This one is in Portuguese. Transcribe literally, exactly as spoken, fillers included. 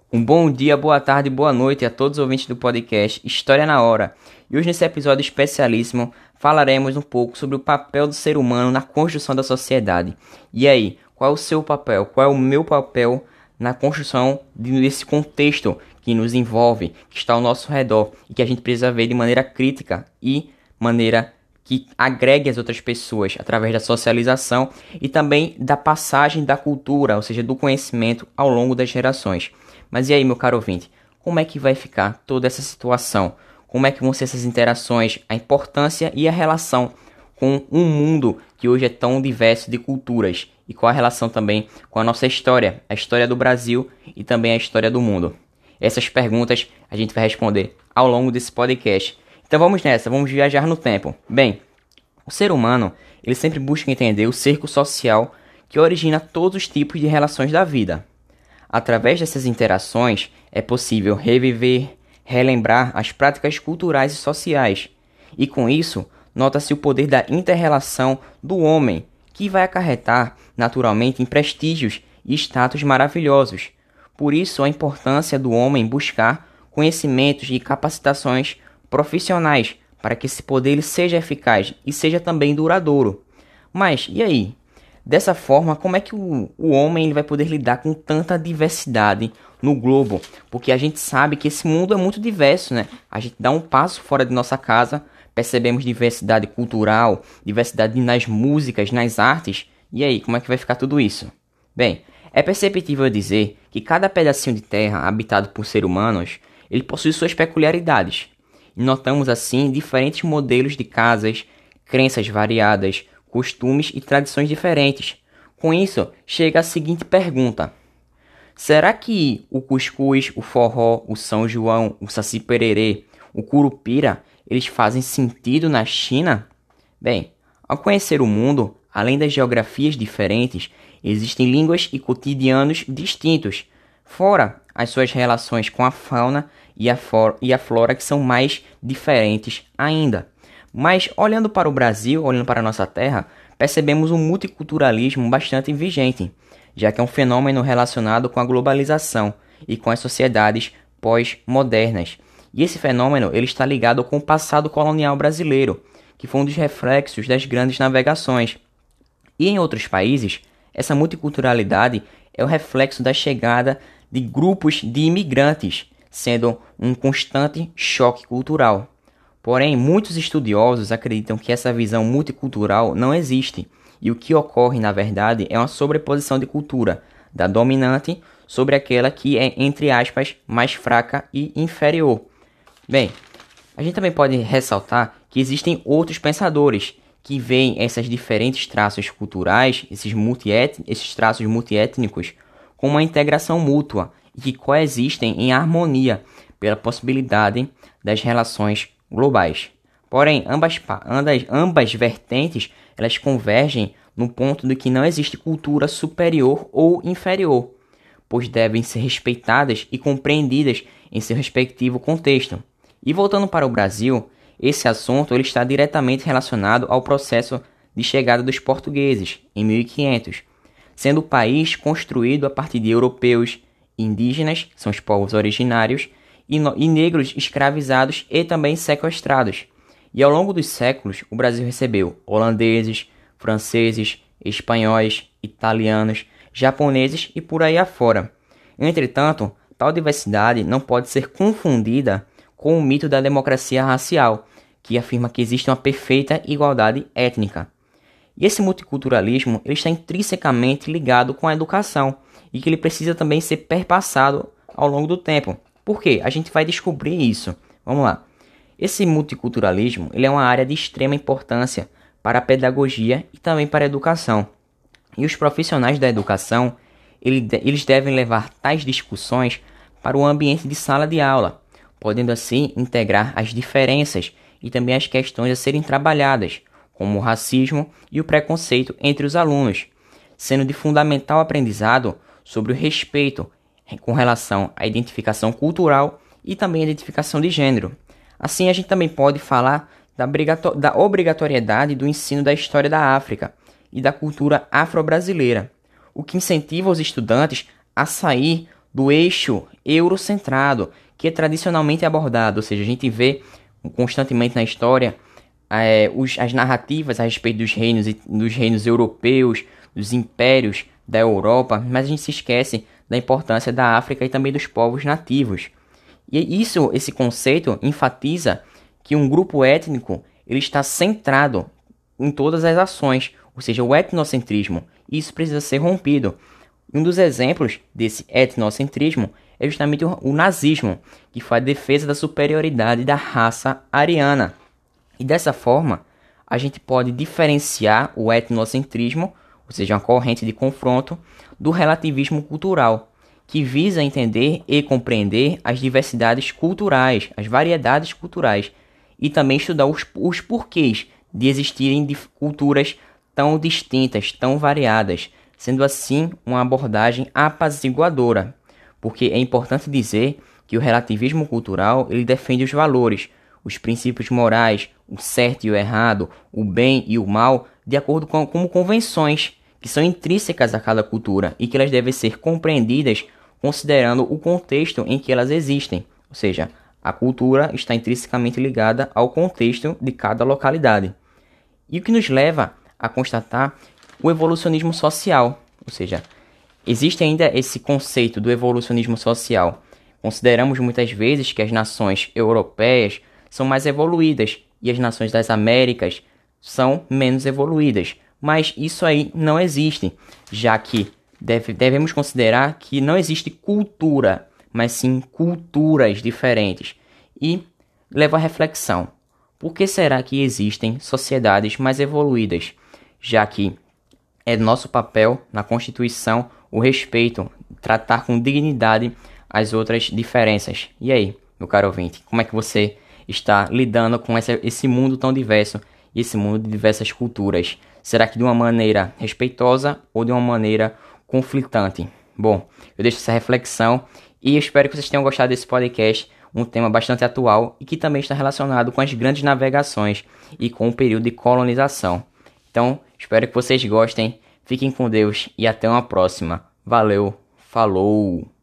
Um bom dia, boa tarde, boa noite a todos os ouvintes do podcast História na Hora. E hoje nesse episódio especialíssimo falaremos um pouco sobre o papel do ser humano na construção da sociedade. E aí, qual é o seu papel? Qual é o meu papel na construção desse contexto que nos envolve, que está ao nosso redor e que a gente precisa ver de maneira crítica e maneira que agregue as outras pessoas através da socialização e também da passagem da cultura, ou seja, do conhecimento ao longo das gerações. Mas e aí, meu caro ouvinte, como é que vai ficar toda essa situação? Como é que vão ser essas interações, a importância e a relação com um mundo que hoje é tão diverso de culturas? E qual a relação também com a nossa história, a história do Brasil e também a história do mundo? Essas perguntas a gente vai responder ao longo desse podcast. Então vamos nessa, vamos viajar no tempo. Bem, o ser humano, ele sempre busca entender o cerco social que origina todos os tipos de relações da vida. Através dessas interações, é possível reviver, relembrar as práticas culturais e sociais. E com isso, nota-se o poder da inter-relação do homem, que vai acarretar, naturalmente, em prestígios e status maravilhosos. Por isso, a importância do homem buscar conhecimentos e capacitações profissionais, para que esse poder ele seja eficaz e seja também duradouro. Mas, e aí? Dessa forma, como é que o, o homem ele vai poder lidar com tanta diversidade no globo? Porque a gente sabe que esse mundo é muito diverso, né? A gente dá um passo fora de nossa casa, percebemos diversidade cultural, diversidade nas músicas, nas artes. E aí, como é que vai ficar tudo isso? Bem, é perceptível dizer que cada pedacinho de terra habitado por seres humanos, ele possui suas peculiaridades. E notamos assim diferentes modelos de casas, crenças variadas, costumes e tradições diferentes. Com isso, chega a seguinte pergunta: será que o cuscuz, o forró, o São João, o Saci Pererê, o Curupira, eles fazem sentido na China? Bem, ao conhecer o mundo, além das geografias diferentes, existem línguas e cotidianos distintos, fora as suas relações com a fauna e a, e a flora que são mais diferentes ainda. Mas, olhando para o Brasil, olhando para a nossa terra, percebemos um multiculturalismo bastante vigente, já que é um fenômeno relacionado com a globalização e com as sociedades pós-modernas. E esse fenômeno ele está ligado com o passado colonial brasileiro, que foi um dos reflexos das grandes navegações. E em outros países, essa multiculturalidade é o reflexo da chegada de grupos de imigrantes, sendo um constante choque cultural. Porém, muitos estudiosos acreditam que essa visão multicultural não existe, e o que ocorre, na verdade, é uma sobreposição de cultura, da dominante sobre aquela que é, entre aspas, mais fraca e inferior. Bem, a gente também pode ressaltar que existem outros pensadores que veem esses diferentes traços culturais, esses, esses traços multiétnicos, como uma integração mútua e que coexistem em harmonia pela possibilidade das relações globais. Porém, ambas, ambas, ambas vertentes elas convergem no ponto de que não existe cultura superior ou inferior, pois devem ser respeitadas e compreendidas em seu respectivo contexto. E voltando para o Brasil, esse assunto ele está diretamente relacionado ao processo de chegada dos portugueses em mil e quinhentos, sendo o país construído a partir de europeus, indígenas, que são os povos originários, e, no, e negros escravizados e também sequestrados. E ao longo dos séculos, o Brasil recebeu holandeses, franceses, espanhóis, italianos, japoneses e por aí afora. Entretanto, tal diversidade não pode ser confundida com o mito da democracia racial, que afirma que existe uma perfeita igualdade étnica. E esse multiculturalismo ele está intrinsecamente ligado com a educação e que ele precisa também ser perpassado ao longo do tempo. Por quê? A gente vai descobrir isso. Vamos lá. Esse multiculturalismo ele é uma área de extrema importância para a pedagogia e também para a educação. E os profissionais da educação ele, eles devem levar tais discussões para o ambiente de sala de aula, podendo assim integrar as diferenças e também as questões a serem trabalhadas, como o racismo e o preconceito entre os alunos, sendo de fundamental aprendizado sobre o respeito com relação à identificação cultural e também à identificação de gênero. Assim, a gente também pode falar da, da obrigatoriedade do ensino da história da África e da cultura afro-brasileira, o que incentiva os estudantes a sair do eixo eurocentrado, que é tradicionalmente abordado, ou seja, a gente vê constantemente na história é, os, as narrativas a respeito dos reinos, dos reinos europeus, dos impérios da Europa, mas a gente se esquece da importância da África e também dos povos nativos. E isso, esse conceito enfatiza que um grupo étnico ele está centrado em todas as ações, ou seja, o etnocentrismo. Isso precisa ser rompido. Um dos exemplos desse etnocentrismo é justamente o, o nazismo, que foi a defesa da superioridade da raça ariana. E dessa forma, a gente pode diferenciar o etnocentrismo, ou seja, uma corrente de confronto, do relativismo cultural, que visa entender e compreender as diversidades culturais, as variedades culturais, e também estudar os, os porquês de existirem de culturas tão distintas, tão variadas, sendo assim uma abordagem apaziguadora, porque é importante dizer que o relativismo cultural ele defende os valores, os princípios morais, o certo e o errado, o bem e o mal, de acordo com como convenções que são intrínsecas a cada cultura e que elas devem ser compreendidas considerando o contexto em que elas existem, ou seja, a cultura está intrinsecamente ligada ao contexto de cada localidade. E o que nos leva a constatar o evolucionismo social, ou seja, existe ainda esse conceito do evolucionismo social. Consideramos muitas vezes que as nações europeias são mais evoluídas e as nações das Américas são menos evoluídas, mas isso aí não existe, já que deve, devemos considerar que não existe cultura, mas sim culturas diferentes. E leva à reflexão, por que será que existem sociedades mais evoluídas, já que é nosso papel na Constituição o respeito, tratar com dignidade as outras diferenças. E aí, meu caro ouvinte, como é que você está lidando com essa, esse mundo tão diverso e esse mundo de diversas culturas? Será que de uma maneira respeitosa ou de uma maneira conflitante? Bom, eu deixo essa reflexão e espero que vocês tenham gostado desse podcast, um tema bastante atual e que também está relacionado com as grandes navegações e com o período de colonização. Então, espero que vocês gostem, fiquem com Deus e até uma próxima. Valeu, falou!